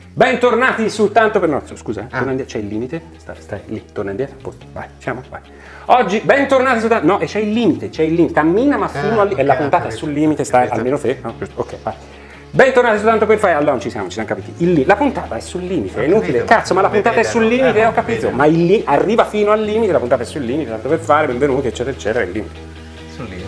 Bentornati su Tanto per no. Scusa, torna indietro, c'è il limite? Stai lì, torna indietro, posto. Vai, siamo, vai. Oggi, bentornati su Tanto. No, e c'è il limite, cammina ma fino al. E la puntata è sul limite, stai almeno te. No? Ok, vai. Bentornati su Tanto per fare. Allora non ci siamo capiti. La puntata è sul limite, è inutile. Cazzo, ma la puntata è sul limite, ho capito. Ma arriva fino al limite, la puntata è sul limite, tanto per fare, benvenuti, eccetera, eccetera, è il limite. Sul limite.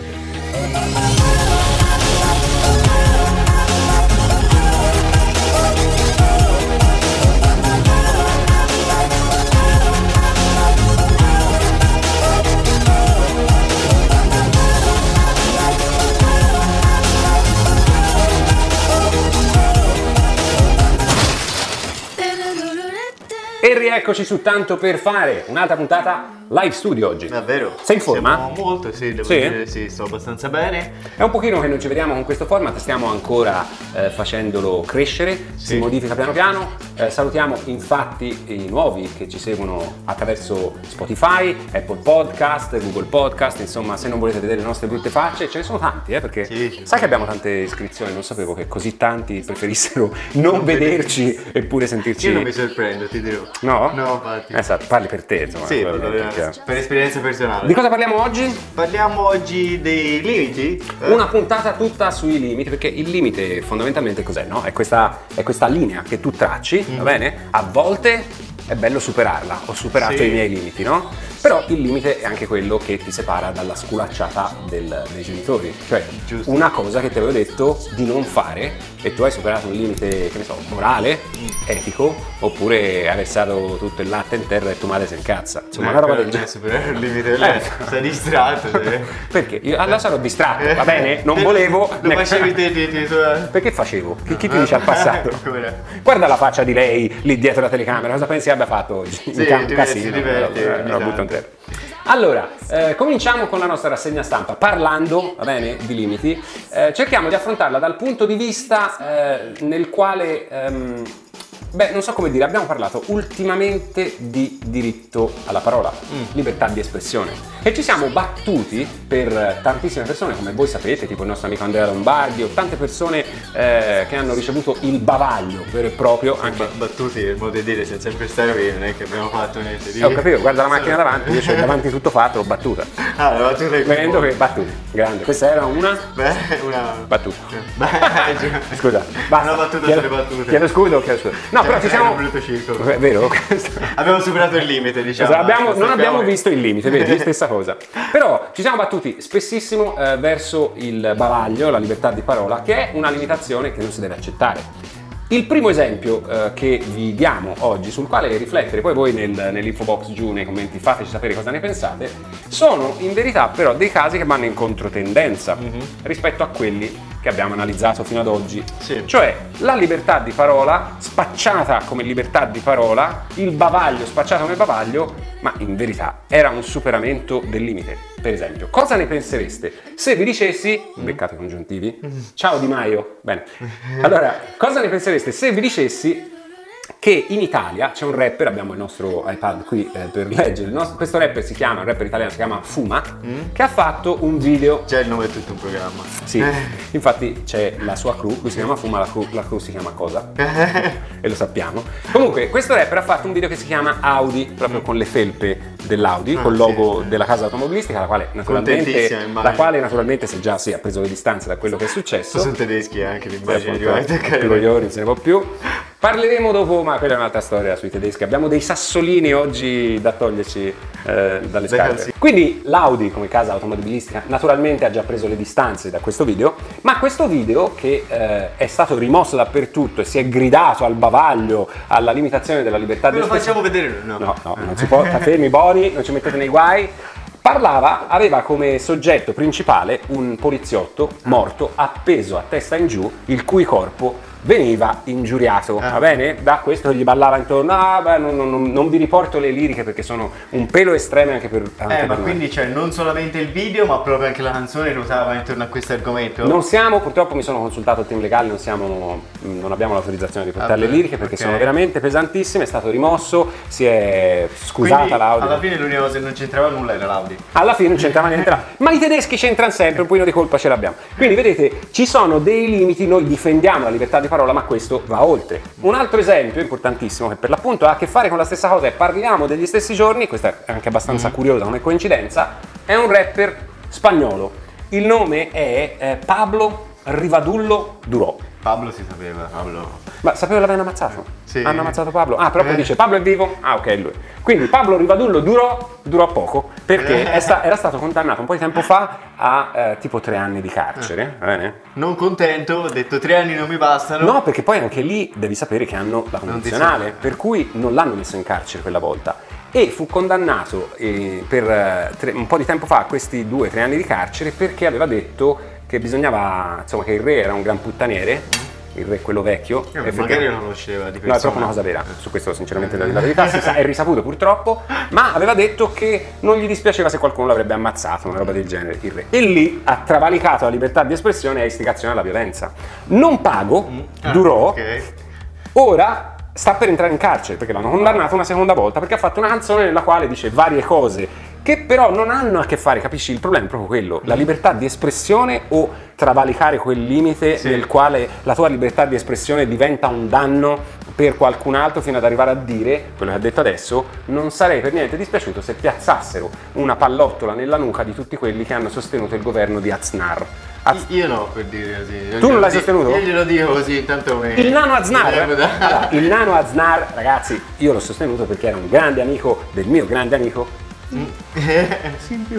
E rieccoci su Tanto per fare, un'altra puntata live studio oggi. Davvero? Sei in forma? Siamo molto, sì, devo dire, sì, sto abbastanza bene. È un pochino che non ci vediamo con questo format, stiamo ancora facendolo crescere, si modifica piano piano. Salutiamo infatti i nuovi che ci seguono attraverso Spotify, Apple Podcast, Google Podcast, insomma se non volete vedere le nostre brutte facce, ce ne sono tanti, perché sai che abbiamo tante iscrizioni, non sapevo che così tanti preferissero non vederci eppure sentirci. Io non mi sorprendo, ti dirò. No? No, infatti. Esatto, parli per te, insomma. Sì, per esperienza personale. Di cosa parliamo oggi? Parliamo oggi dei limiti. Una puntata tutta sui limiti, perché il limite fondamentalmente cos'è, no? È questa linea che tu tracci, va bene? A volte è bello superarla, ho superato i miei limiti, no? Però il limite è anche quello che ti separa dalla sculacciata dei genitori, cioè una cosa che ti avevo detto di non fare e tu hai superato un limite, che ne so, morale, etico, oppure hai versato tutto il latte in terra e tua madre si incazza, insomma una roba del genere. Superare il limite, sei distratto. Perché? Io allora sarò distratto, va bene? Non volevo. Lo facevi te. Perché facevo? Chi ti dice al passato? Guarda la faccia di lei lì dietro la telecamera, cosa pensi abbia fatto oggi? Un casino. Allora, cominciamo con la nostra rassegna stampa, parlando, va bene, di limiti. Cerchiamo di affrontarla dal punto di vista nel quale, non so come dire, abbiamo parlato ultimamente di diritto alla parola, libertà di espressione, e ci siamo battuti per tantissime persone, come voi sapete, tipo il nostro amico Andrea Lombardi o tante persone che hanno ricevuto il bavaglio vero e proprio. Anche battuti, il modo di dire, senza sempre stare qui, non è che abbiamo fatto niente di. Ho capito, guarda la macchina davanti, io c'ho davanti tutto fatto, l'ho battuta. La battuta è vedendo che battuti, grande. Questa era una battuta. Scusa, basta. Una battuta sulle battute. Chiedo scusa. No, però ci siamo. Un brutto circolo. È vero? Abbiamo superato il limite, diciamo. Non abbiamo visto il limite, vedi, stessa cosa. Però ci siamo battuti spessissimo verso il bavaglio, la libertà di parola, che è una limitazione che non si deve accettare. Il primo esempio che vi diamo oggi, sul quale riflettere, poi voi nell'info box giù nei commenti fateci sapere cosa ne pensate, sono in verità però dei casi che vanno in controtendenza rispetto a quelli che abbiamo analizzato fino ad oggi. Cioè la libertà di parola spacciata come libertà di parola, il bavaglio spacciato come bavaglio, ma in verità era un superamento del limite. Per esempio, cosa ne pensereste se vi dicessi, beccate congiuntivi, ciao Di Maio, bene, allora, cosa ne pensereste se vi dicessi che in Italia c'è un rapper, abbiamo il nostro iPad qui per leggere, questo rapper un rapper italiano si chiama Fuma, che ha fatto un video. Già il nome è tutto un programma. Sì, infatti c'è la sua crew, lui si chiama Fuma, la crew si chiama Cosa, e lo sappiamo. Comunque questo rapper ha fatto un video che si chiama Audi, proprio con le felpe dell'Audi, col logo della casa automobilistica, la quale naturalmente si ha preso le distanze da quello che è successo. Sono tedeschi anche l'immagine di non se ne può più. Parleremo dopo, ma quella è un'altra storia sui tedeschi. Abbiamo dei sassolini oggi da toglierci dalle scarpe. Quindi l'Audi come casa automobilistica naturalmente ha già preso le distanze da questo video, ma questo video che è stato rimosso dappertutto e si è gridato al bavaglio, alla limitazione della libertà di espressione. Lo facciamo vedere? No, non si può, fermi Boni, non ci mettete nei guai. Aveva come soggetto principale un poliziotto morto appeso a testa in giù, il cui corpo veniva ingiuriato, va bene? Da questo che gli ballava intorno, non vi riporto le liriche perché sono un pelo estreme anche per ma quindi cioè non solamente il video ma proprio anche la canzone ruotava intorno a questo argomento? Non siamo, purtroppo mi sono consultato il team legale, non abbiamo l'autorizzazione di portare le liriche perché sono veramente pesantissime, è stato rimosso, si è scusata l'Audi. Alla fine l'unica cosa che non c'entrava nulla era l'Audi. Alla fine non c'entrava niente, ma i tedeschi c'entrano sempre, un pochino di colpa ce l'abbiamo. Quindi vedete, ci sono dei limiti, noi difendiamo la libertà di parola, ma questo va oltre. Un altro esempio importantissimo che per l'appunto ha a che fare con la stessa cosa e parliamo degli stessi giorni, questa è anche abbastanza curiosa come coincidenza, è un rapper spagnolo. Il nome è Pablo Rivadullo Duró. Pablo si sapeva, Pablo. Ma sapevo l'avevano ammazzato? Sì. Hanno ammazzato Pablo? Ah, proprio dice Pablo è vivo? Ah, ok, è lui. Quindi Pablo Rivadullo durò poco, perché era stato condannato un po' di tempo fa a tipo 3 anni di carcere, va bene? Non contento, ho detto 3 anni non mi bastano. No, perché poi anche lì devi sapere che hanno la condizionale, per cui non l'hanno messo in carcere quella volta. E fu condannato per un po' di tempo fa a questi 2 o 3 anni di carcere perché aveva detto che bisognava, insomma, che il re era un gran puttaniere, il re quello vecchio. Magari non lo conosceva di No, è proprio una cosa vera, su questo sinceramente la verità è risaputo purtroppo, ma aveva detto che non gli dispiaceva se qualcuno l'avrebbe ammazzato, una roba del genere, il re. E lì ha travalicato la libertà di espressione e istigazione alla violenza. Non pago, durò, ora sta per entrare in carcere perché l'hanno condannato una seconda volta perché ha fatto una canzone nella quale dice varie cose che però non hanno a che fare, capisci? Il problema è proprio quello, la libertà di espressione o travalicare quel limite nel quale la tua libertà di espressione diventa un danno per qualcun altro fino ad arrivare a dire, quello che ha detto adesso, non sarei per niente dispiaciuto se piazzassero una pallottola nella nuca di tutti quelli che hanno sostenuto il governo di Aznar. Io no, per dire così. Tu non l'hai sostenuto? Io glielo dico così, intanto il nano Aznar? Allora, il nano Aznar, ragazzi, io l'ho sostenuto perché era un grande amico del mio grande amico Silvio.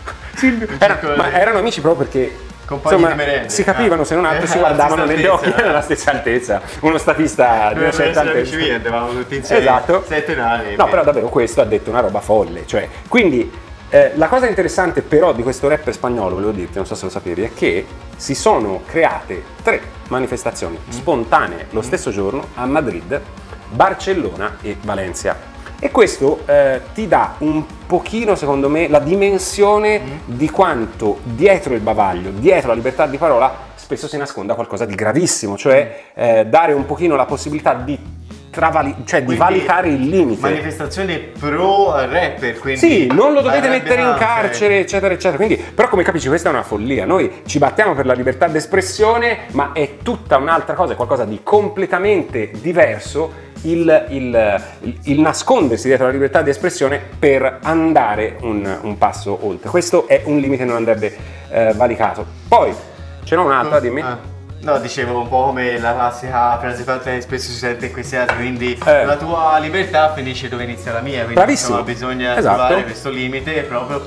Ma erano amici proprio perché compagni di merenda, si capivano, se non altro si guardavano negli occhi alla stessa altezza, uno statista di una certa altezza. Andavamo tutti insieme, esatto. 7 nani. No, però davvero questo ha detto una roba folle, cioè, quindi la cosa interessante però di questo rapper spagnolo, volevo dirti, non so se lo sapevi, è che si sono create 3 manifestazioni spontanee lo stesso giorno a Madrid, Barcellona e Valencia. E questo ti dà un pochino, secondo me, la dimensione di quanto dietro il bavaglio, dietro la libertà di parola, spesso si nasconda qualcosa di gravissimo, cioè dare un pochino la possibilità di di valicare il limite. Manifestazione pro rapper, quindi sì, non lo dovete mettere in carcere, eccetera, eccetera. Quindi, però, come capisci, questa è una follia. Noi ci battiamo per la libertà d'espressione, ma è tutta un'altra cosa, è qualcosa di completamente diverso. Il nascondersi dietro la libertà di espressione per andare un passo oltre. Questo è un limite che non andrebbe valicato. Poi ce n'ho un'altra, dimmi. No, dicevo un po' come la classica frase fatta che spesso si sente in questi altri, quindi la tua libertà finisce dove inizia la mia, quindi bravissimo. Insomma, bisogna trovare questo limite proprio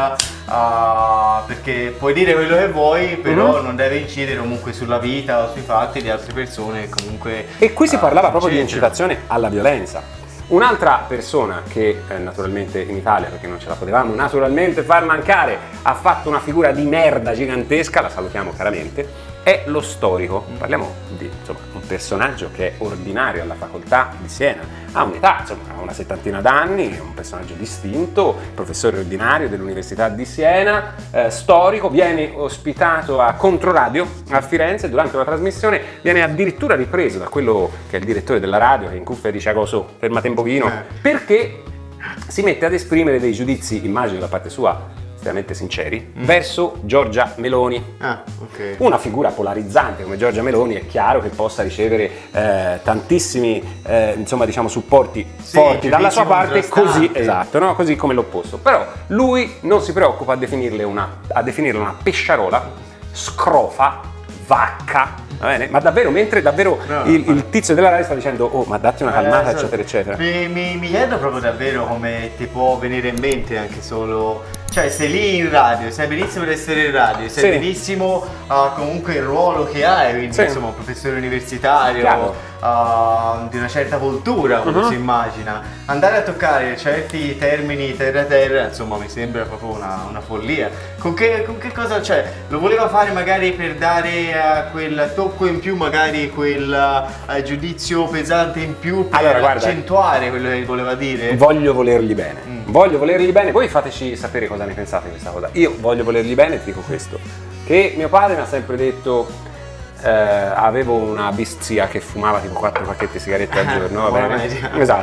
perché puoi dire quello che vuoi, però non deve incidere comunque sulla vita o sui fatti di altre persone comunque. E qui si parlava proprio di incitazione alla violenza. Un'altra persona che naturalmente in Italia, perché non ce la potevamo naturalmente far mancare, ha fatto una figura di merda gigantesca, la salutiamo chiaramente, è lo storico. Parliamo di un personaggio che è ordinario alla facoltà di Siena, ha un'età, ha una 70ina d'anni, è un personaggio distinto, professore ordinario dell'Università di Siena, storico, viene ospitato a Controradio a Firenze. Durante una trasmissione viene addirittura ripreso da quello che è il direttore della radio, che in cuffia dice "Coso, fermate un pochino", perché si mette ad esprimere dei giudizi, immagino da parte sua estremamente sinceri, verso Giorgia Meloni. Una figura polarizzante come Giorgia Meloni è chiaro che possa ricevere tantissimi supporti forti dalla sua parte, così esatto, no? Così come l'opposto. Però lui non si preoccupa a definirla una pesciarola, scrofa, vacca, va bene? Ma davvero, mentre davvero il tizio della radio sta dicendo "Oh, ma datti una calmata", eccetera eccetera. Mi chiedo proprio davvero come ti può venire in mente anche solo, cioè sei lì in radio, sai benissimo di essere in radio, sai benissimo comunque il ruolo che hai, quindi insomma un professore universitario di una certa cultura, come si immagina, andare a toccare certi termini terra, insomma mi sembra proprio una follia. Con che cosa, cioè lo voleva fare magari per dare quel tocco in più, magari quel giudizio pesante in più, per accentuare quello che voleva dire? Voglio volergli bene, voi fateci sapere cosa ne pensate di questa cosa. Io voglio volergli bene, ti dico questo, che mio padre mi ha sempre detto, avevo una bistia che fumava tipo 4 pacchetti di sigarette al giorno, va bene? Esatto.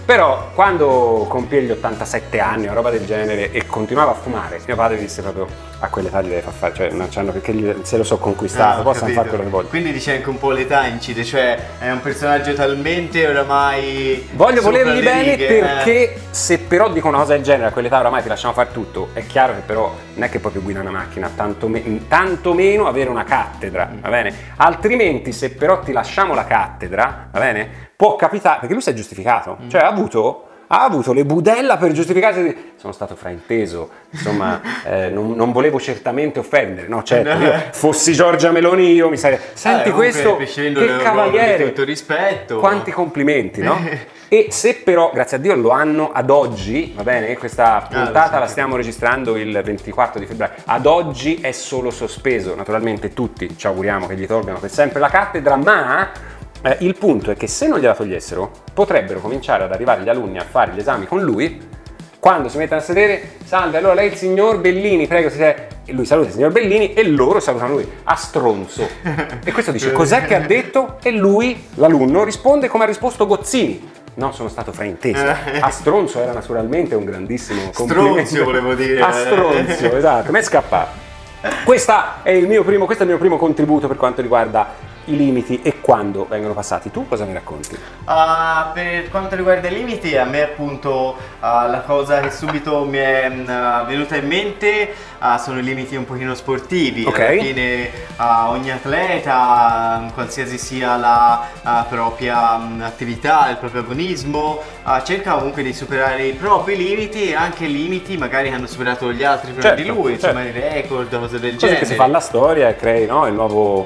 Però quando compì gli 87 anni o roba del genere e continuava a fumare, mio padre disse proprio a quell'età gli deve far fare, cioè non c'hanno perché se lo so conquistato, possono fare quello che vogliono. Quindi dice anche un po' l'età incide, cioè è un personaggio talmente oramai... Voglio volerli bene perché se però dico una cosa del genere a quell'età oramai ti lasciamo fare tutto, è chiaro che però non è che puoi più guidare una macchina, tanto meno avere una cattedra, va bene? Altrimenti se però ti lasciamo la cattedra, va bene? Può capitare, perché lui si è giustificato, cioè ha avuto le budella per giustificarsi. Sono stato frainteso, insomma, non volevo certamente offendere, no, certo, io fossi Giorgia Meloni io mi sarei... Senti questo, che cavaliere, tutto rispetto. Quanti complimenti, no? E se però, grazie a Dio, lo hanno ad oggi, va bene, questa puntata la stiamo registrando il 24 di febbraio, ad oggi è solo sospeso, naturalmente tutti ci auguriamo che gli tolgano per sempre la cattedra, ma... il punto è che se non gliela togliessero potrebbero cominciare ad arrivare gli alunni a fare gli esami con lui, quando si mettono a sedere, salve, allora lei è il signor Bellini, prego, e lui saluta il signor Bellini e loro salutano lui, a stronzo. E questo dice, cos'è che ha detto? E lui, l'alunno, risponde come ha risposto Gozzini. No, sono stato frainteso. A stronzo era naturalmente un grandissimo complimento. Stronzio volevo dire. A stronzio, esatto, mi è scappato. Questo è il mio primo contributo per quanto riguarda i limiti e quando vengono passati. Tu cosa mi racconti? Per quanto riguarda i limiti, a me appunto la cosa che subito mi è venuta in mente sono i limiti un pochino sportivi. Okay. Alla fine ogni atleta, qualsiasi sia la propria attività, il proprio agonismo, cerca comunque di superare i propri limiti e anche limiti magari che hanno superato gli altri prima di lui, insomma i record, cose del genere. Che si fa la storia e crei, no, il nuovo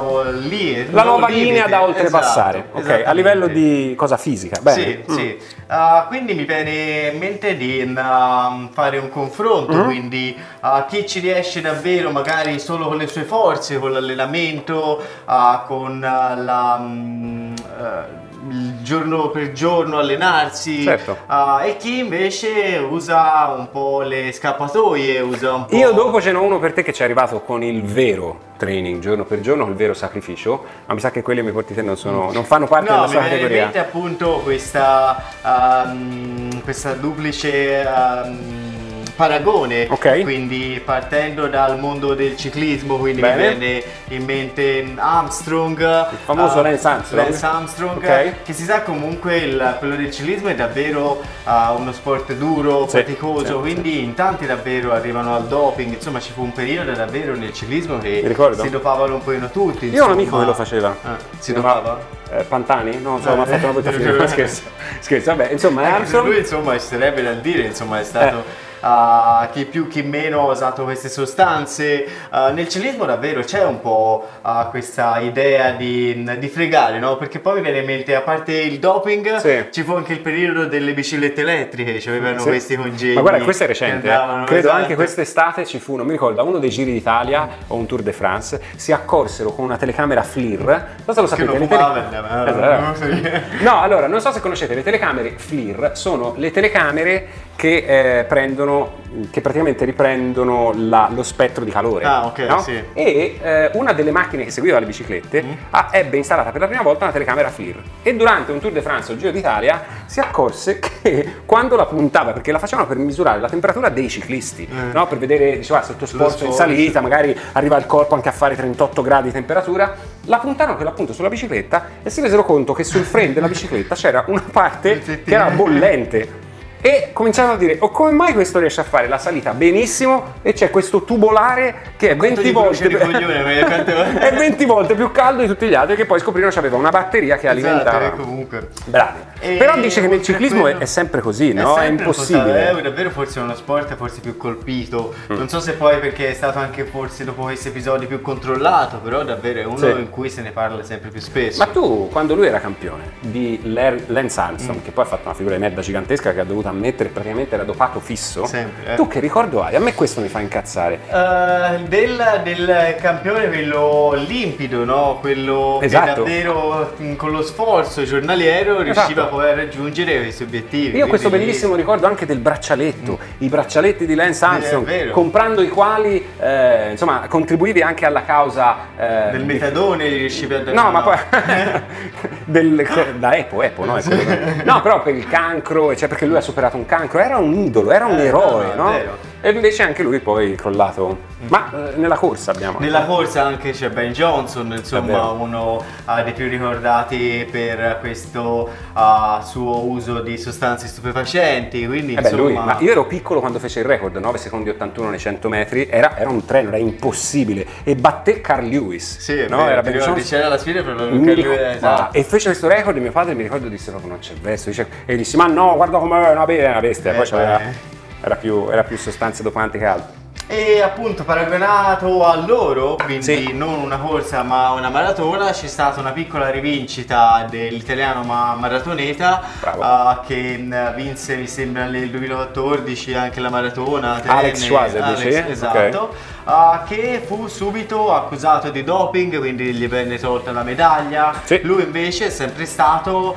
la nuova linea da oltrepassare, esatto, ok, a livello di cosa fisica. Bene. Sì. Quindi mi viene in mente di fare un confronto, quindi chi ci riesce davvero magari solo con le sue forze, con l'allenamento, con il giorno per giorno allenarsi, certo. E chi invece usa un po' le scappatoie, usa un po'... Io dopo ce n'ho uno per te che ci è arrivato con il vero training giorno per giorno, con il vero sacrificio, ma mi sa che quelli ai miei porti te non fanno parte della sua categoria. No, mi viene in mente appunto questa duplice paragone, okay. Quindi partendo dal mondo del ciclismo, quindi mi viene in mente Armstrong, il famoso Lance Armstrong, okay. Che si sa comunque quello del ciclismo è davvero uno sport duro, faticoso, quindi in tanti davvero arrivano al doping, insomma ci fu un periodo davvero nel ciclismo che si dopavano un pochino tutti, insomma. Io ho un amico che lo faceva. Si dopava? Pantani? Non so, mi ha fatto una volta finire, scherzo, vabbè, insomma Armstrong. Lui insomma ci sarebbe da dire, insomma è stato... chi più chi meno ha usato queste sostanze. Nel ciclismo davvero c'è un po' questa idea di fregare, no? Perché poi mi viene in mente, a parte il doping, ci fu anche il periodo delle biciclette elettriche, ci avevano questi congegni. Ma guarda, questo è recente, credo anche quest'estate ci fu, non mi ricordo, a uno dei Giri d'Italia o un Tour de France, si accorsero con una telecamera FLIR, non so se lo sapete. No, allora, non so se conoscete le telecamere FLIR, sono le telecamere che praticamente riprendono lo spettro di calore. No? Sì. E una delle macchine che seguiva le biciclette ebbe installata per la prima volta una telecamera FLIR e durante un Tour de France o Giro d'Italia si accorse che quando la puntava, perché la facevano per misurare la temperatura dei ciclisti, no? Per vedere, diceva, sotto sforzo in salita magari arriva il corpo anche a fare 38 gradi di temperatura, la puntarono appunto sulla bicicletta e si resero conto che sul frame della bicicletta c'era una parte che era bollente. E cominciarono a dire, come mai questo riesce a fare la salita benissimo e c'è questo tubolare che è 20 volte è 20 volte più caldo di tutti gli altri, che poi scoprirono che aveva una batteria che alimentava. Comunque. Bravi. Però dice che nel ciclismo è sempre così, no? È impossibile. È davvero forse uno sport forse più colpito. Non so se poi perché è stato anche forse dopo questi episodi più controllato, però davvero è uno in cui se ne parla sempre più spesso. Ma tu, quando lui era campione di Lance Armstrong, che poi ha fatto una figura di merda gigantesca che ha dovuto ammettere, praticamente era dopato fisso. Sempre. Tu che ricordo hai? A me questo mi fa incazzare. Del campione, quello limpido, no? Quello Esatto. che davvero con lo sforzo giornaliero riusciva Esatto. poi a raggiungere questi obiettivi. Io ho questo Quindi- bellissimo ricordo anche del braccialetto, i braccialetti di Lance Armstrong, è vero. comprando i quali insomma contribuivi anche alla causa del metadone riuscivi a dare. No, ma poi da Epo, no? È quello che- no, però per il cancro, cioè perché lui ha superato un cancro, era un idolo, era un eroe, no, no? è vero. E invece anche lui poi crollato. Ma nella corsa abbiamo. Nella corsa anche c'è Ben Johnson, È insomma, vero. uno dei più ricordati per questo suo uso di sostanze stupefacenti. Quindi, Eh beh, lui, insomma, ma io ero piccolo quando fece il record, 9 secondi 81 nei 100 metri, era un treno, era impossibile. E batté Carl Lewis. sì, è no? vero, Era ti Ben ricordi, Johnson. c'era la sfida proprio Mi perché ricordo- lui esatto. E fece questo record e mio padre mi ricordo disse proprio non c'è verso, e dissi ma no, guarda come è una bestia, poi c'aveva, era più sostanze dopanti che altro. E appunto paragonato a loro, quindi Sì. non una corsa ma una maratona, c'è stata una piccola rivincita dell'italiano maratoneta Bravo. che vinse mi sembra nel 2014 anche la maratona. Alex Schwazer, Alex, dici? esatto, che fu subito accusato di doping, quindi gli venne tolta la medaglia. Sì. Lui invece è sempre stato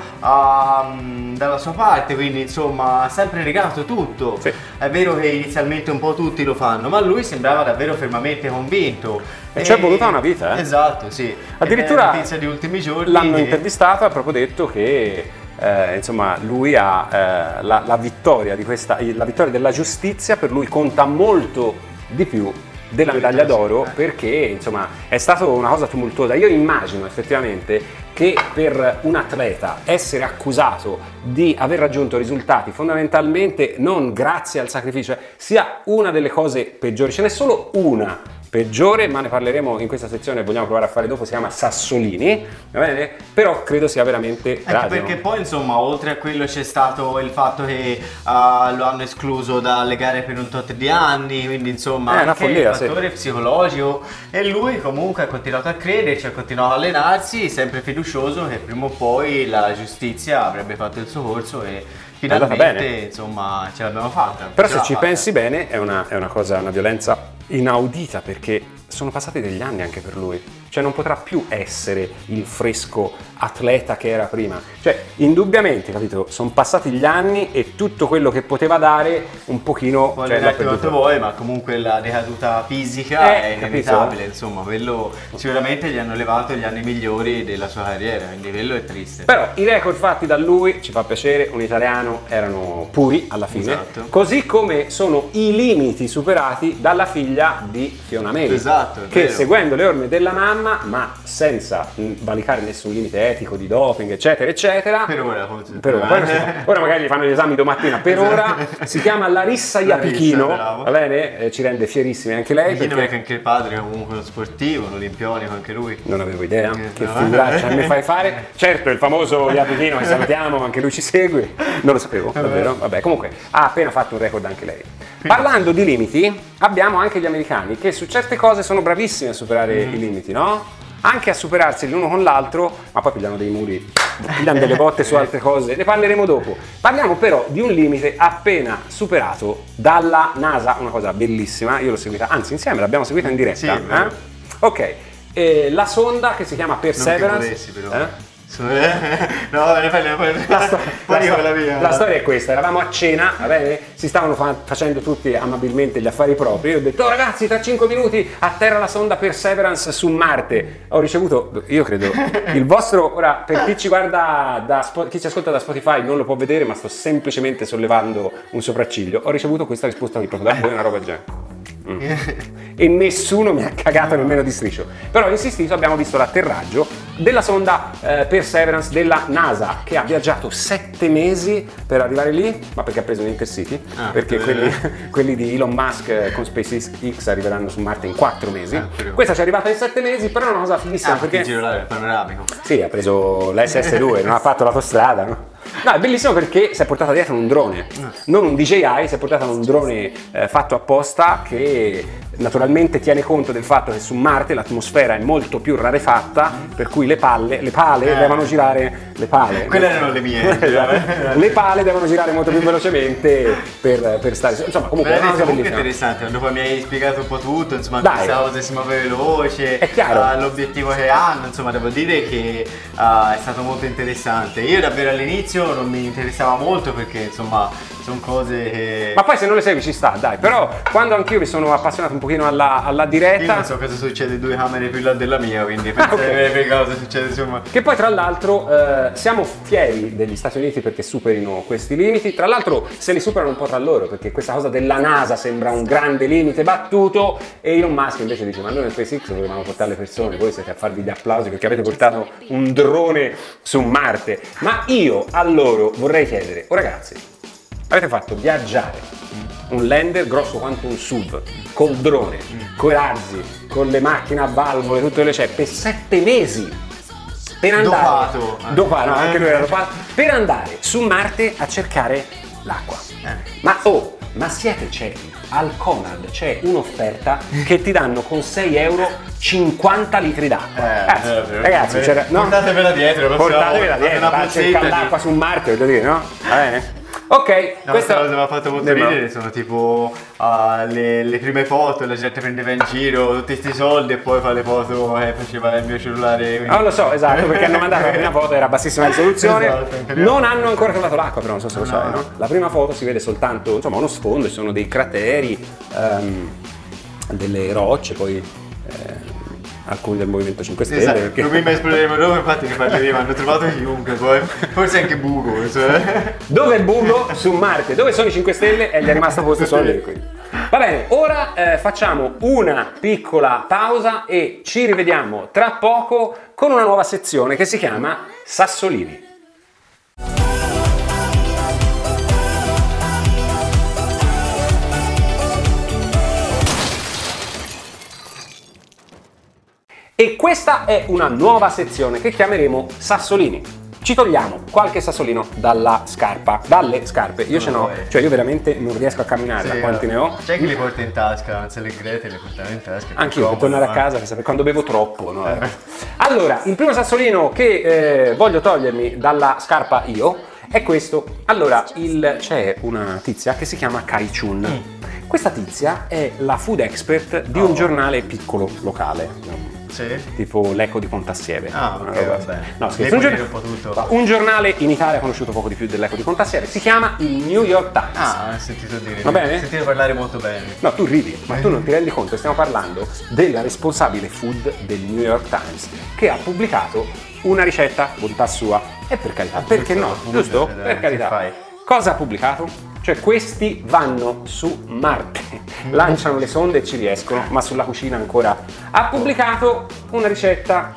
dalla sua parte, quindi insomma ha sempre negato tutto. Sì. È vero che inizialmente un po' tutti lo fanno, ma lui sembrava davvero fermamente convinto. E ci è voluta una vita, eh? Esatto, sì. Addirittura È una notizia di ultimi giorni. l'hanno che- intervistato e ha proprio detto che insomma lui ha la vittoria la vittoria della giustizia per lui conta molto di più della medaglia d'oro, perché insomma è stata una cosa tumultuosa. Io immagino effettivamente che per un atleta essere accusato di aver raggiunto risultati fondamentalmente non grazie al sacrificio sia una delle cose peggiori. Ce n'è solo una peggiore, ma ne parleremo in questa sezione, vogliamo provare a fare dopo, si chiama Sassolini, va bene? Però credo sia veramente Anche tragico. perché poi insomma oltre a quello c'è stato il fatto che lo hanno escluso dalle gare per un tot di anni, quindi insomma È una anche follia, il fattore psicologico, e lui comunque ha continuato a crederci, ha continuato a allenarsi, sempre fiducioso che prima o poi la giustizia avrebbe fatto il suo corso e andata finalmente bene. insomma ce l'abbiamo fatta. Però Ce se l'ha ci fatta. pensi bene è una cosa, una violenza inaudita, perché sono passati degli anni anche per lui, cioè non potrà più essere il fresco atleta che era prima, cioè indubbiamente, capito, sono passati gli anni e tutto quello che poteva dare un pochino, Puoi cioè, l'ha allenarti quanto perduto. vuoi, ma comunque la decaduta fisica è capito? inevitabile, insomma, quello sicuramente gli hanno levato gli anni migliori della sua carriera, quindi quello è triste. Però i record fatti da lui, ci fa piacere, un italiano, erano puri alla fine, Esatto. così come sono i limiti superati dalla figlia di Fiona May, Esatto, è che vero. seguendo le orme della mamma, ma senza valicare nessun limite etico di doping, eccetera, eccetera. Per ora, forse. Per ora, poi ora magari gli fanno gli esami domattina, per ora si chiama Larissa Iapichino, bravo. va bene? Ci rende fierissimi anche lei, Perché perché anche il padre è comunque uno sportivo, un olimpionico anche lui. non avevo idea, che no. figuraccia mi fai fare. Certo, il famoso Iapichino, che salutiamo, anche lui ci segue, non lo sapevo, davvero, vabbè, comunque ha appena fatto un record anche lei. Parlando di limiti, abbiamo anche gli americani che su certe cose sono bravissimi a superare i limiti, no? Anche a superarsi l'uno con l'altro, ma poi pigliano dei muri, pigliano delle botte su altre cose, ne parleremo dopo. Parliamo però di un limite appena superato dalla NASA, una cosa bellissima, io l'ho seguita, anzi insieme l'abbiamo seguita in diretta. Sì, è vero. Ok, la sonda che si chiama Non che Perseverance. volessi, però. No, ne parliamo poi. La storia è questa, eravamo a cena, va bene? Si stavano facendo tutti amabilmente gli affari propri, io ho detto: "Oh, ragazzi, tra 5 minuti atterra la sonda Perseverance su Marte". Ho ricevuto, io credo, il vostro, ora per chi ci guarda chi ci ascolta da Spotify non lo può vedere, ma sto semplicemente sollevando un sopracciglio, ho ricevuto questa risposta qui proprio da voi, una roba del genere. E nessuno mi ha cagato nemmeno di striscio. Però ho insistito, abbiamo visto l'atterraggio della sonda Perseverance della NASA, che ha viaggiato 7 mesi per arrivare lì, ma perché ha preso un Intercity, perché quelli di Elon Musk con SpaceX arriveranno su Marte in 4 mesi. Questa ci è arrivata in 7 mesi, però è una cosa fighissima, Perché perché il giro panoramico. sì, ha preso l'SS2, non ha fatto l'autostrada, no? No, è bellissimo perché si è portata dietro un drone, non un DJI, si è portata un drone fatto apposta che naturalmente tiene conto del fatto che su Marte l'atmosfera è molto più rarefatta, per cui le pale devono girare, quelle erano le mie. Le pale devono girare molto più velocemente per stare, insomma, comunque è una cosa comunque bellissima. interessante, quando poi mi hai spiegato un po' tutto, insomma, Dai. questa cosa si muove veloce, È chiaro. l'obiettivo che hanno, insomma, devo dire che è stato molto interessante. Io davvero all'inizio non mi interessava molto perché, insomma, sono cose che... Ma poi se non le segui ci sta, dai, però quando anch'io mi sono appassionato un pochino alla diretta... Io non so cosa succede 2 camere più là della mia, quindi penso ok. di vedere cosa succede, insomma. Che poi tra l'altro siamo fieri degli Stati Uniti perché superino questi limiti, tra l'altro se li superano un po' tra loro, perché questa cosa della NASA sembra un grande limite battuto e Elon Musk invece dice: ma noi nel SpaceX volevamo portare le persone, voi siete a farvi gli applausi perché avete portato un drone su Marte. Ma io a loro vorrei chiedere: oh ragazzi, avete fatto viaggiare un lander grosso quanto un SUV, col drone, coi razzi, con le macchine a valvole, tutte le c'è, per 7 mesi per andare Dopato. no, anche lui era dopato, per andare su Marte a cercare l'acqua. Ma siete ciechi? Al Conad c'è un'offerta che ti danno con 6 euro 50 litri d'acqua. Ragazzi, no? Portatevela dietro, portatevela dietro, va a cercare l'acqua su Marte, voglio dire, no? Va bene? Ok, questa cosa mi ha fatto molto ridere, sono tipo le prime foto, la gente prendeva in giro tutti questi soldi e poi fa le foto e faceva il mio cellulare. Non lo so, esatto, perché hanno mandato la prima foto, era bassissima risoluzione, Esatto, non hanno ancora trovato l'acqua, però non so se lo sai, no? La prima foto si vede soltanto, insomma, uno sfondo, ci sono dei crateri, delle rocce, poi alcuni del Movimento 5 Stelle. Esatto, perché... non mi esploreremo dove, infatti ne parleremo, hanno trovato chiunque poi, forse anche buco. Dove è il buco? Su Marte. Dove sono i 5 Stelle? E gli è rimasto posto solo lì. Va bene, ora facciamo una piccola pausa e ci rivediamo tra poco con una nuova sezione che si chiama Sassolini. E questa è una nuova sezione che chiameremo Sassolini. Ci togliamo qualche sassolino dalle scarpe. Io ce n'ho, cioè io veramente non riesco a camminare da quanti ne ho. C'è chi li porta in tasca, anzi le Grete li portano in tasca. Anch'io per tornare a casa, quando bevo troppo, no? Allora, il primo sassolino che voglio togliermi dalla scarpa io è questo. Allora, c'è una tizia che si chiama Kai Chun. Questa tizia è la food expert di un giornale piccolo locale. Sì. Tipo l'Eco di Pontassieve. Vabbè. No, scherzo, un giornale in Italia conosciuto poco di più dell'Eco di Pontassieve, si chiama il New York Times. Ho sentito dire. Va bene? Ho sentito parlare molto bene. No, tu ridi, ma tu non ti rendi conto, stiamo parlando della responsabile food del New York Times che ha pubblicato una ricetta, bontà sua. E per carità, perché no? Giusto? Per carità. Cosa ha pubblicato? Cioè questi vanno su Marte, lanciano le sonde e ci riescono, ma sulla cucina ancora. Ha pubblicato una ricetta,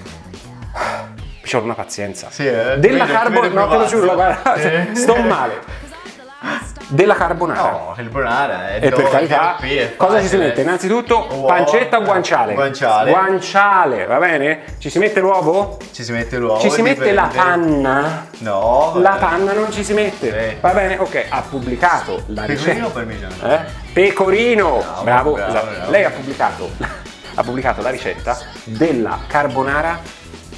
ci ho una pazienza, della carbonara, no te lo giuro, guarda, sto male. Della carbonara. No, il carbonara è e per carità, cosa ci si mette? Innanzitutto pancetta o guanciale? Guanciale, va bene? Ci si mette l'uovo? Ci si mette l'uovo. Ci si mette la panna? No. La panna non ci si mette. Va bene? Ok, ha pubblicato la ricetta. Pecorino o parmigiano? Pecorino! Bravo. Bravo. Lei ha pubblicato la ricetta della carbonara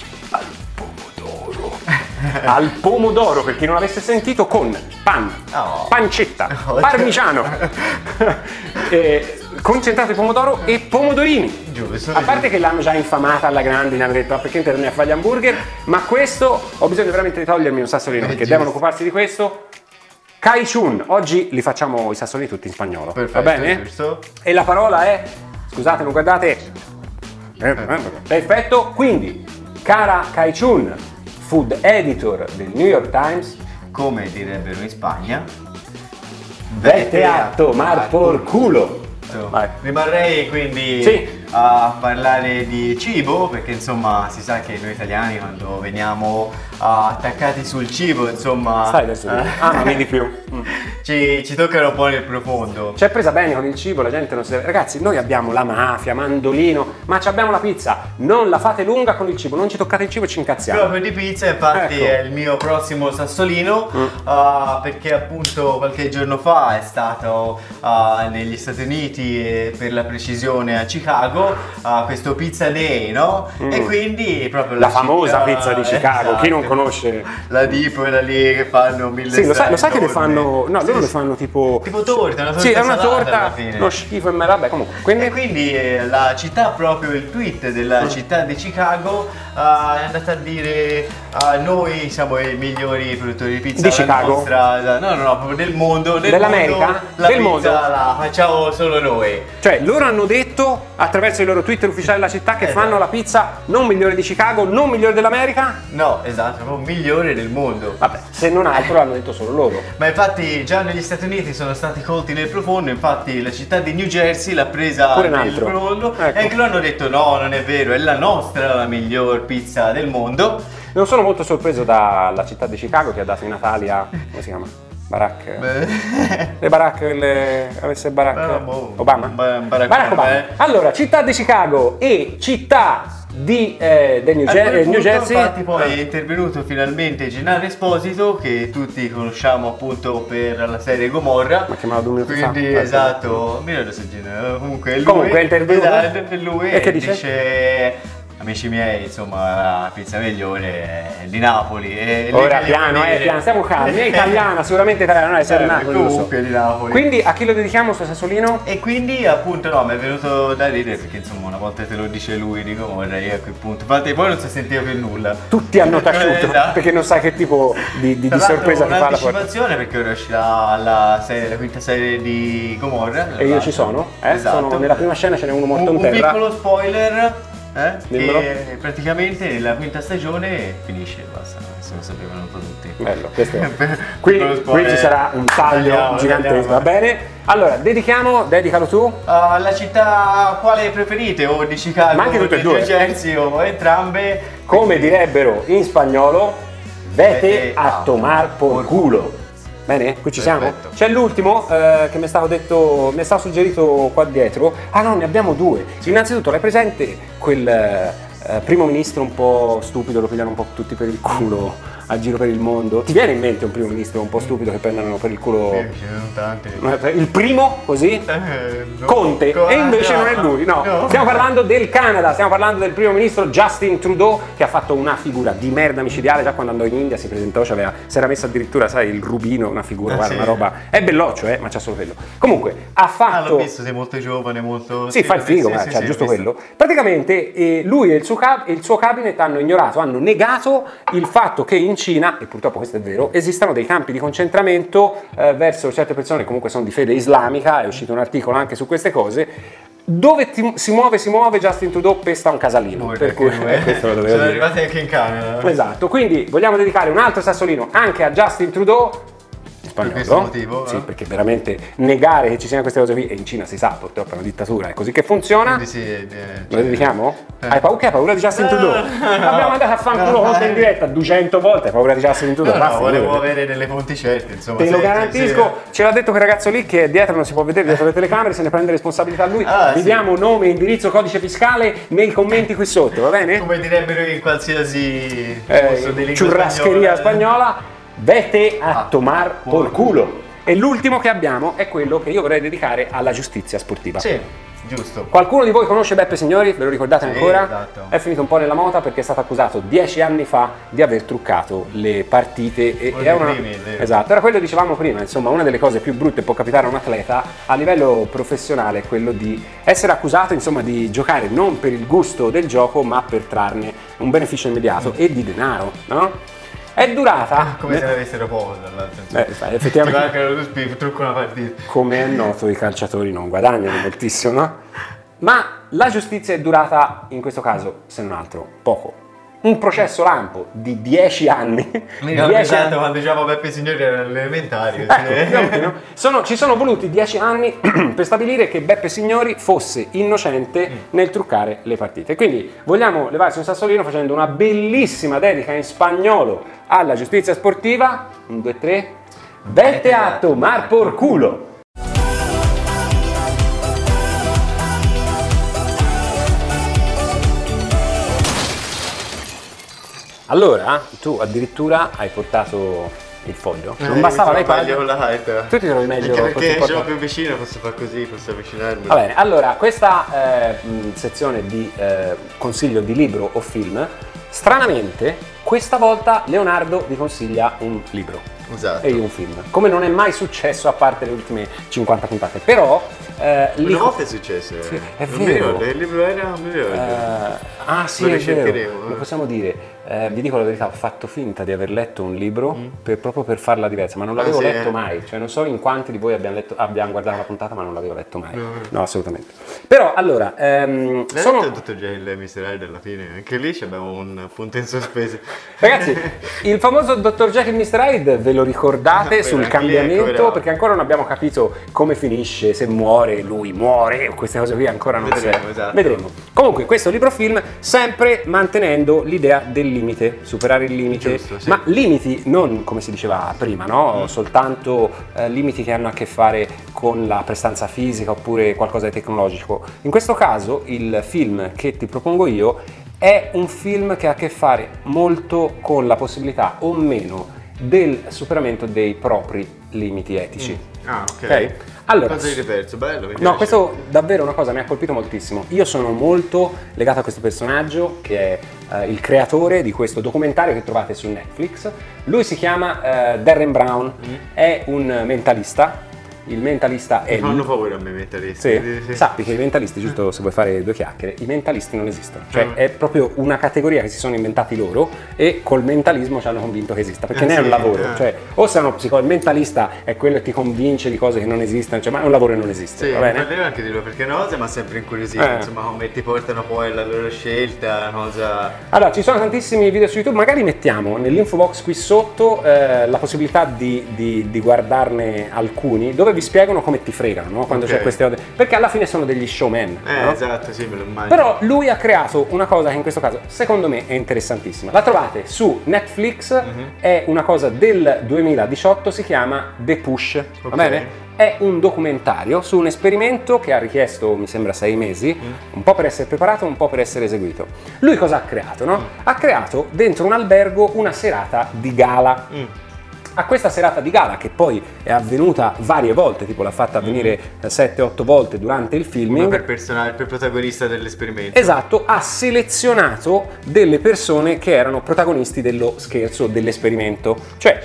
al pomodoro, per chi non avesse sentito, con panna, pancetta, parmigiano, concentrato di pomodoro e pomodorini. Giusto. A parte che l'hanno già infamata alla grande, gli hanno detto: perché interni a fare gli hamburger? Ma questo ho bisogno veramente di togliermi un sassolino perché devono occuparsi di questo. Kai Chun, oggi li facciamo i sassolini tutti in spagnolo. Perfetto, va bene? Giusto. E la parola è, scusate, non guardate. Perfetto, quindi cara Kai Chun, food editor del New York Times, come direbbero in Spagna, vete a tomar por culo. Rimarrei quindi a parlare di cibo, perché insomma si sa che noi italiani quando veniamo attaccati sul cibo, insomma... Stai adesso, amami di più. Ci toccano un po' nel profondo. Ci è presa bene con il cibo, la gente non si deve... Ragazzi, noi abbiamo la mafia, Mandolino, ma ci abbiamo la pizza. Non la fate lunga con il cibo, non ci toccate il cibo e ci incazziamo. Proprio di pizza, infatti Ecco. è il mio prossimo sassolino, perché appunto qualche giorno fa è stato negli Stati Uniti, e per la precisione a Chicago, questo Pizza Day, no? E quindi proprio La famosa pizza di Chicago, esatto. chi non conosce? La di quella lì che fanno mille Sì, lo sai che le torte. fanno... No, Sì, loro le sì. fanno tipo... Tipo torta, una torta Sì, è una salata torta, alla fine. uno schifo e me, vabbè, comunque. E quindi la città, proprio il tweet della città di Chicago è andata a dire noi siamo i migliori produttori di pizza Di Chicago? no, proprio del mondo, Dell'America? mondo, la Del pizza mondo? la facciamo solo noi. Cioè, loro hanno detto attraverso i loro Twitter ufficiali della città che Esatto. fanno la pizza non migliore di Chicago, non migliore dell'America? No, esatto, proprio migliore del mondo. Vabbè, se non altro l'hanno detto solo loro. Ma infatti già negli Stati Uniti sono stati colti nel profondo, infatti la città di New Jersey l'ha presa Pure un nel altro. profondo, Ecco. e anche loro hanno detto no, non è vero, è la nostra la miglior pizza del mondo. Non sono molto sorpreso dalla città di Chicago che ha dato i natali a... come si chiama? Barack... Le Barack... avesse Barack... boh, Obama? Barack Barack Obama, Obama. Allora, città di Chicago e città di del New, A quel New punto, Jersey. infatti poi è intervenuto finalmente Gennaro Esposito, che tutti conosciamo appunto per la serie Gomorra. Ma chiamava 2 minuti fa. Quindi esatto, mi ricordo se Gennaro, comunque lui, Comunque è intervenuto. esatto, lui E che dice? amici miei, insomma, la pizza migliore è di Napoli. E lì Ora che piano, devo dire? piano, stiamo calmi, è italiana, sicuramente italiana, non è essere Napoli, lo so. comunque di Napoli. Quindi a chi lo dedichiamo sto sassolino? E quindi appunto no, mi è venuto da ridere perché insomma una volta te lo dice lui di Gomorra, io a quel punto, infatti poi non si sentiva più nulla. Tutti hanno taciuto, Esatto. perché non sai che tipo di Tra l'altro sorpresa ti fa la porta. un'anticipazione perché ora uscirà la quinta serie di Gomorra. E io ci sono, Esatto. sono nella prima scena ce n'è uno morto un in terra. piccolo spoiler, Dimmelo. che praticamente la quinta stagione finisce, basta, se lo sapevano un po' tutti. Bello, questo Qui qui ci sarà un taglio gigantesco, va bene? Allora, dedicalo tu. La città quale preferite? O di Chicago, Ma anche tutte e o di due. New Jersey, o entrambe? Come direbbero in spagnolo, vete a tomar por culo. Bene? Qui ci siamo? Perfetto. C'è l'ultimo che mi è stato suggerito qua dietro. Ah no, ne abbiamo due. Innanzitutto, l'hai presente quel primo ministro un po' stupido, lo pigliano un po' tutti per il culo a giro per il mondo? Ti viene in mente un primo ministro un po' stupido che prendono per il culo? Ce ne sono tanti. Il primo, così? No. Conte, e invece no, non è lui, no. no. Stiamo parlando del Canada, stiamo parlando del primo ministro Justin Trudeau, che ha fatto una figura di merda micidiale. Già quando andò in India si presentò, si era messo addirittura, sai, il rubino, una figura, guarda, sì. una roba, è belloccio, ma c'ha solo quello. Comunque, ha fatto... l'ho visto, sei molto giovane, molto... Sì, fa il figo, sì, ma sì, c'ha sì, giusto ho visto. quello. Praticamente lui e il suo cabinet hanno ignorato, hanno negato il fatto che in Cina, e purtroppo questo è vero, esistano dei campi di concentramento verso certe persone che comunque sono di fede islamica, è uscito un articolo anche su queste cose, dove si muove Justin Trudeau pesta un casalino. Per cui questo lo dovevo sono dire. arrivati anche in Canada. Esatto, quindi vogliamo dedicare un altro sassolino anche a Justin Trudeau. Spagnolo. Per questo motivo, Sì, perché veramente negare che ci siano queste cose qui, e in Cina si sa, purtroppo è una dittatura, è così che funziona. Quindi sì, Lo dedichiamo? Hai paura di Justin Trudeau? Abbiamo mandato a fanculo Conte in diretta 200 volte, hai paura di Justin Trudeau? no, Basta, volevo vedete. avere delle fonti certe, insomma. Te lo se- garantisco, ce l'ha detto quel ragazzo lì che dietro non si può vedere, dietro le telecamere, se ne prende responsabilità lui. Vi sì. diamo nome, indirizzo, codice fiscale nei commenti qui sotto, va bene? Come direbbero in qualsiasi posto di lingua Ciurrascheria spagnola, vete a Ah, tomar por por culo. E l'ultimo che abbiamo è quello che io vorrei dedicare alla giustizia sportiva. Sì, giusto. Qualcuno di voi conosce Beppe Signori? Ve lo ricordate Sì, ancora? esatto. È finito un po' nella mota perché è stato accusato 10 anni fa di aver truccato le partite. Uno È dei una... primi, vero. Esatto, era quello che dicevamo prima, insomma, una delle cose più brutte che può capitare a un atleta a livello professionale è quello di essere accusato, insomma, di giocare non per il gusto del gioco, ma per trarne un beneficio immediato e di denaro, no? È durata... Come se ne avessero poco dall'altro. sai, effettivamente... Ti mancano due spin, trucco una partita. Come è noto, i calciatori non guadagnano moltissimo, no? Ma la giustizia è durata, in questo caso, se non altro, poco. un processo lampo di 10 anni. Mi ho pensato quando diciamo Beppe Signori era all'elementare. Ci sono voluti 10 anni per stabilire che Beppe Signori fosse innocente nel truccare le partite. Quindi vogliamo levarsi un sassolino facendo una bellissima dedica in spagnolo alla giustizia sportiva. 1, 2, 3. Vete a tomar por culo! Allora, tu addirittura hai portato il foglio. Non bastava l'iPad. Con la hype. Tu ti trovi meglio perché ce l'ho più vicino, posso fare così, posso avvicinarmi. Va bene, allora, questa sezione di consiglio di libro o film, stranamente, questa volta Leonardo vi consiglia un libro. Esatto. E io un film. Come non è mai successo a parte le ultime 50 puntate. Però una volta è successo. Sì, è non vero. Mi ricordo, il libro era, non mi ricordo. Sì, è vero. Lo possiamo dire. Vi dico la verità, ho fatto finta di aver letto un libro proprio per farla diversa, ma non l'avevo letto mai. Cioè non so in quanti di voi abbiamo guardato la puntata, ma non l'avevo letto mai. No, assolutamente. Però allora letto il Dottor Jekyll e Mr. Hyde alla fine, anche lì abbiamo un punto in sospeso. Ragazzi, il famoso Dottor Jekyll e Mr. Hyde ve lo ricordate sul cambiamento? Perché ancora non abbiamo capito come finisce, se muore, lui muore, queste cose qui ancora non vedremo, esatto. Vedremo. Comunque questo libro film sempre mantenendo l'idea del limite, superare il limite, giusto, sì. Ma limiti non come si diceva prima, no? Soltanto limiti che hanno a che fare con la prestanza fisica oppure qualcosa di tecnologico. In questo caso il film che ti propongo io è un film che ha a che fare molto con la possibilità o meno del superamento dei propri limiti etici. Ok. Allora, cosa di diverso, bello. No, questo davvero una cosa mi ha colpito moltissimo. Io sono molto legato a questo personaggio che è il creatore di questo documentario che trovate su Netflix. Lui si chiama Derren Brown, è un mentalista. Il mentalista è. Mi fanno paura a me i mentalisti. Sì? Sappi che i mentalisti, giusto se vuoi fare due chiacchiere, i mentalisti non esistono. Cioè è proprio una categoria che si sono inventati loro e col mentalismo ci hanno convinto che esista. Perché non è un lavoro. Cioè, o sei uno psicologo, il mentalista è quello che ti convince di cose che non esistono, cioè, ma è un lavoro che non esiste. Sì, va bene? parlerò anche di loro perché è una cosa mi ha sempre incuriosito, insomma, come ti portano poi alla loro scelta, una cosa. Allora, ci sono tantissimi video su YouTube, magari mettiamo nell'info box qui sotto la possibilità di guardarne alcuni, dove vi spiegano come ti fregano, no? Quando c'è queste cose, perché alla fine sono degli showman, no? Esatto, sì, me lo immagino. Però lui ha creato una cosa che in questo caso secondo me è interessantissima. La trovate su Netflix, è una cosa del 2018, si chiama The Push, va bene? È un documentario su un esperimento che ha richiesto, mi sembra, 6 mesi, un po' per essere preparato, un po' per essere eseguito. Lui cosa ha creato, no? Ha creato dentro un albergo una serata di gala. A questa serata di gala, che poi è avvenuta varie volte, tipo l'ha fatta avvenire 7-8 volte durante il filming, per protagonista dell'esperimento. Esatto, ha selezionato delle persone che erano protagonisti dello scherzo, dell'esperimento. Cioè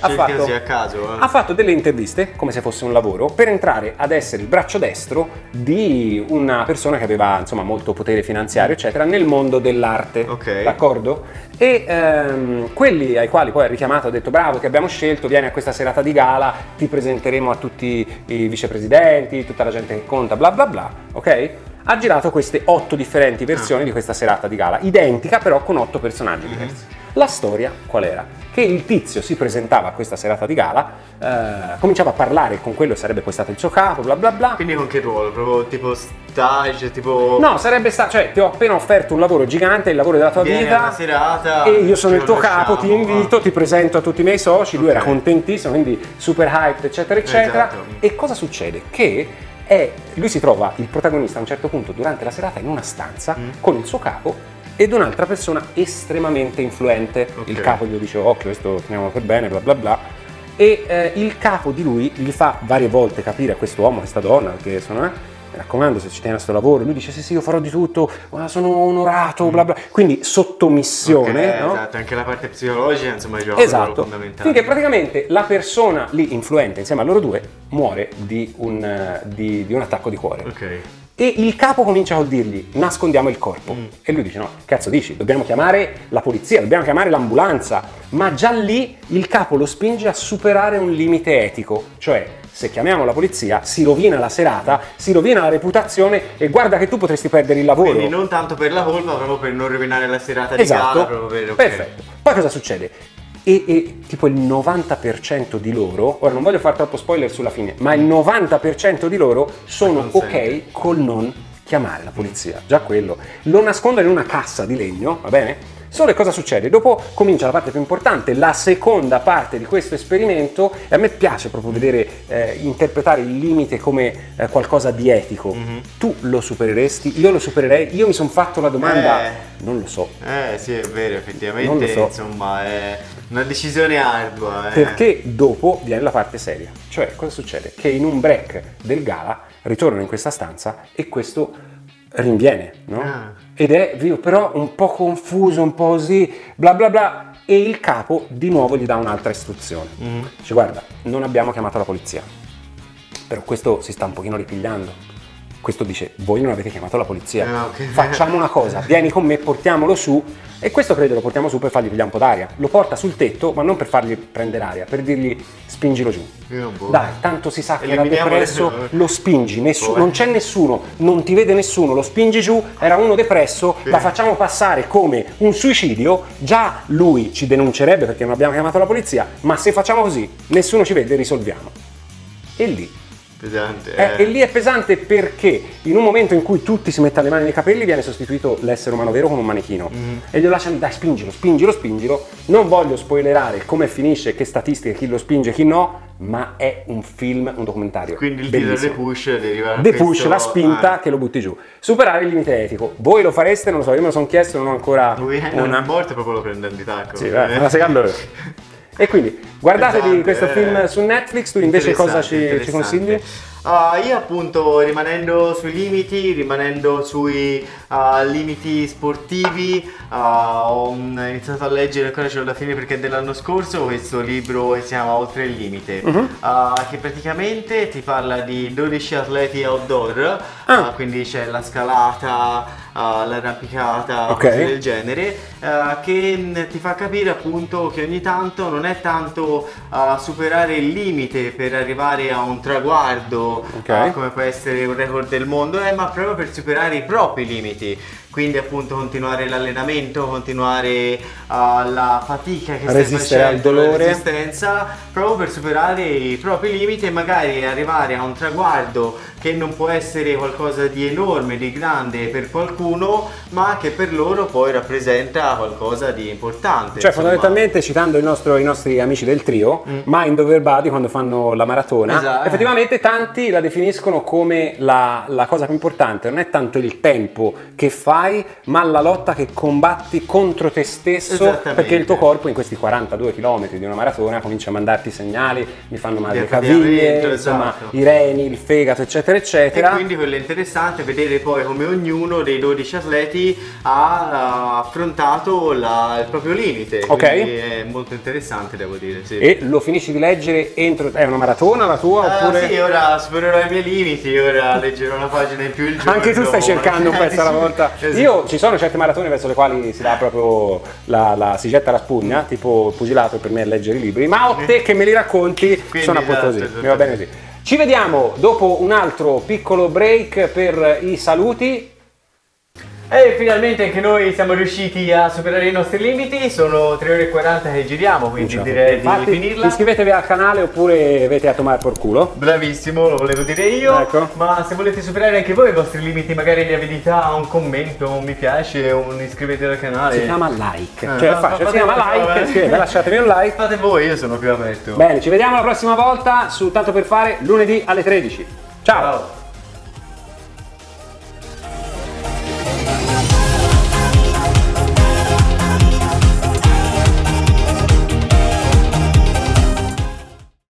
ha fatto delle interviste, come se fosse un lavoro, per entrare ad essere il braccio destro di una persona che aveva, insomma, molto potere finanziario, eccetera, nel mondo dell'arte. D'accordo? E quelli ai quali poi ha richiamato, ha detto: bravo, che abbiamo scelto, vieni a questa serata di gala, ti presenteremo a tutti i vicepresidenti, tutta la gente che conta, bla bla bla, ok? Ha girato queste 8 differenti versioni di questa serata di gala, identica però con 8 personaggi diversi. La storia qual era? Che il tizio si presentava a questa serata di gala, cominciava a parlare con quello che sarebbe poi stato il suo capo, bla bla bla. Quindi con che ruolo? Proprio tipo stage, tipo. No, sarebbe stato, cioè ti ho appena offerto un lavoro gigante, il lavoro della tua vita. Una serata, e io sono il tuo capo, ti invito, ti presento a tutti i miei soci, lui era contentissimo, quindi super hyped, eccetera, eccetera. Esatto. E cosa succede? Che lui si trova, il protagonista, a un certo punto durante la serata in una stanza con il suo capo ed un'altra persona estremamente influente. Il capo gli dice: occhio, questo teniamo per bene, bla bla bla. E il capo di lui gli fa varie volte capire a quest'uomo, a questa donna, che sono mi raccomando, se ci tieni a sto lavoro. Lui dice: sì, io farò di tutto, ma sono onorato, bla bla. Quindi sottomissione, no? Esatto, anche la parte psicologica, insomma, gioca un ruolo fondamentale. Finché praticamente la persona lì influente insieme a loro due muore di un attacco di cuore. E il capo comincia a dirgli: nascondiamo il corpo. E lui dice: no, cazzo dici? Dobbiamo chiamare la polizia, dobbiamo chiamare l'ambulanza. Ma già lì il capo lo spinge a superare un limite etico. Cioè, se chiamiamo la polizia si rovina la serata, si rovina la reputazione e guarda che tu potresti perdere il lavoro. Quindi non tanto per la colpa, proprio per non rovinare la serata di Esatto, gala. Proprio per, perfetto. Poi cosa succede? E tipo il 90% di loro, ora non voglio fare troppo spoiler sulla fine, ma il 90% di loro sono ok col non chiamare la polizia. Già quello. Lo nascondono in una cassa di legno, va bene? Solo che cosa succede? Dopo comincia la parte più importante, la seconda parte di questo esperimento, e a me piace proprio vedere, interpretare il limite come qualcosa di etico. Tu lo supereresti? Io lo supererei? Io mi sono fatto la domanda, non lo so. Sì, è vero, effettivamente, Non lo so. insomma, è una decisione ardua. Perché dopo viene la parte seria. Cioè, cosa succede? Che in un break del gala ritornano in questa stanza e questo rinviene, no? Ed è però un po' confuso, un po' così, bla bla bla, e il capo di nuovo gli dà un'altra istruzione. Dice, guarda, non abbiamo chiamato la polizia, però questo si sta un pochino ripigliando. Questo dice, voi non avete chiamato la polizia, facciamo una cosa, vieni con me, portiamolo su, e questo credo lo portiamo su per fargli pigliare un po' d'aria. Lo porta sul tetto, ma non per fargli prendere aria, per dirgli spingilo giù. Dai, tanto si sa che era depresso, lo spingi, non c'è nessuno, non ti vede nessuno, lo spingi giù, era uno depresso, la facciamo passare come un suicidio, già lui ci denuncerebbe perché non abbiamo chiamato la polizia, ma se facciamo così, nessuno ci vede, risolviamo. E lì pesante. E lì è pesante perché in un momento in cui tutti si mettono le mani nei capelli viene sostituito l'essere umano vero con un manichino e glielo lasciano, dai, spingilo. Non voglio spoilerare come finisce, che statistiche, chi lo spinge, chi no, ma è un film, un documentario. Quindi il titolo The Push deriva da The Push, la spinta che lo butti giù. Superare il limite etico. Voi lo fareste? Non lo so, io me lo sono chiesto, non ho ancora una morte, proprio lo prendendo di tacco. Sì, una seconda. E quindi guardatevi questo film su Netflix, tu invece cosa ci consigli? Io appunto rimanendo sui limiti, rimanendo sui limiti sportivi, ho iniziato a leggere, ancora ce l'ho da finire perché è dell'anno scorso, questo libro che si chiama Oltre il limite, che praticamente ti parla di 12 atleti outdoor, quindi c'è la scalata, l'arrampicata, cose del genere, che ti fa capire appunto che ogni tanto non è tanto superare il limite per arrivare a un traguardo, come può essere un record del mondo, ma proprio per superare i propri limiti. Quindi appunto continuare l'allenamento, continuare la fatica che stai facendo, al dolore, la resistenza, proprio per superare i propri limiti e magari arrivare a un traguardo che non può essere qualcosa di enorme, di grande per qualcuno, ma che per loro poi rappresenta qualcosa di importante. Cioè fondamentalmente, citando i nostri amici del trio, Mind Over Body, quando fanno la maratona, effettivamente tanti la definiscono come la cosa più importante, non è tanto il tempo che fai, ma la lotta che combatti contro te stesso, perché il tuo corpo in questi 42 km di una maratona comincia a mandarti segnali, mi fanno male le caviglie, insomma, i reni, il fegato, eccetera eccetera. E quindi quello è interessante vedere poi come ognuno dei 12 atleti ha affrontato il proprio limite, quindi è molto interessante, devo dire. E lo finisci di leggere entro, è una maratona la tua oppure? Sì, ora supererò i miei limiti, ora leggerò una pagina in più il giorno. Anche tu stai cercando un pezzo alla volta. Io ci sono certe maratone verso le quali si dà proprio si getta la spugna, tipo il pugilato per me è leggere i libri, ma ho te che me li racconti, quindi sono a posto così, mi va bene così. Ci vediamo dopo un altro piccolo break per i saluti. E finalmente anche noi siamo riusciti a superare i nostri limiti, sono 3 ore e 40 che giriamo, quindi direi di finirla. Iscrivetevi al canale oppure avete a tomare por culo. Bravissimo, lo volevo dire io, ma se volete superare anche voi i vostri limiti, magari di avidità, un commento, un mi piace, un iscrivetevi al canale. Si chiama like, cioè è facile, si chiama like, lasciatevi un like. Fate voi, io sono più aperto. Bene, ci vediamo la prossima volta su Tanto per Fare, lunedì alle 13. Ciao.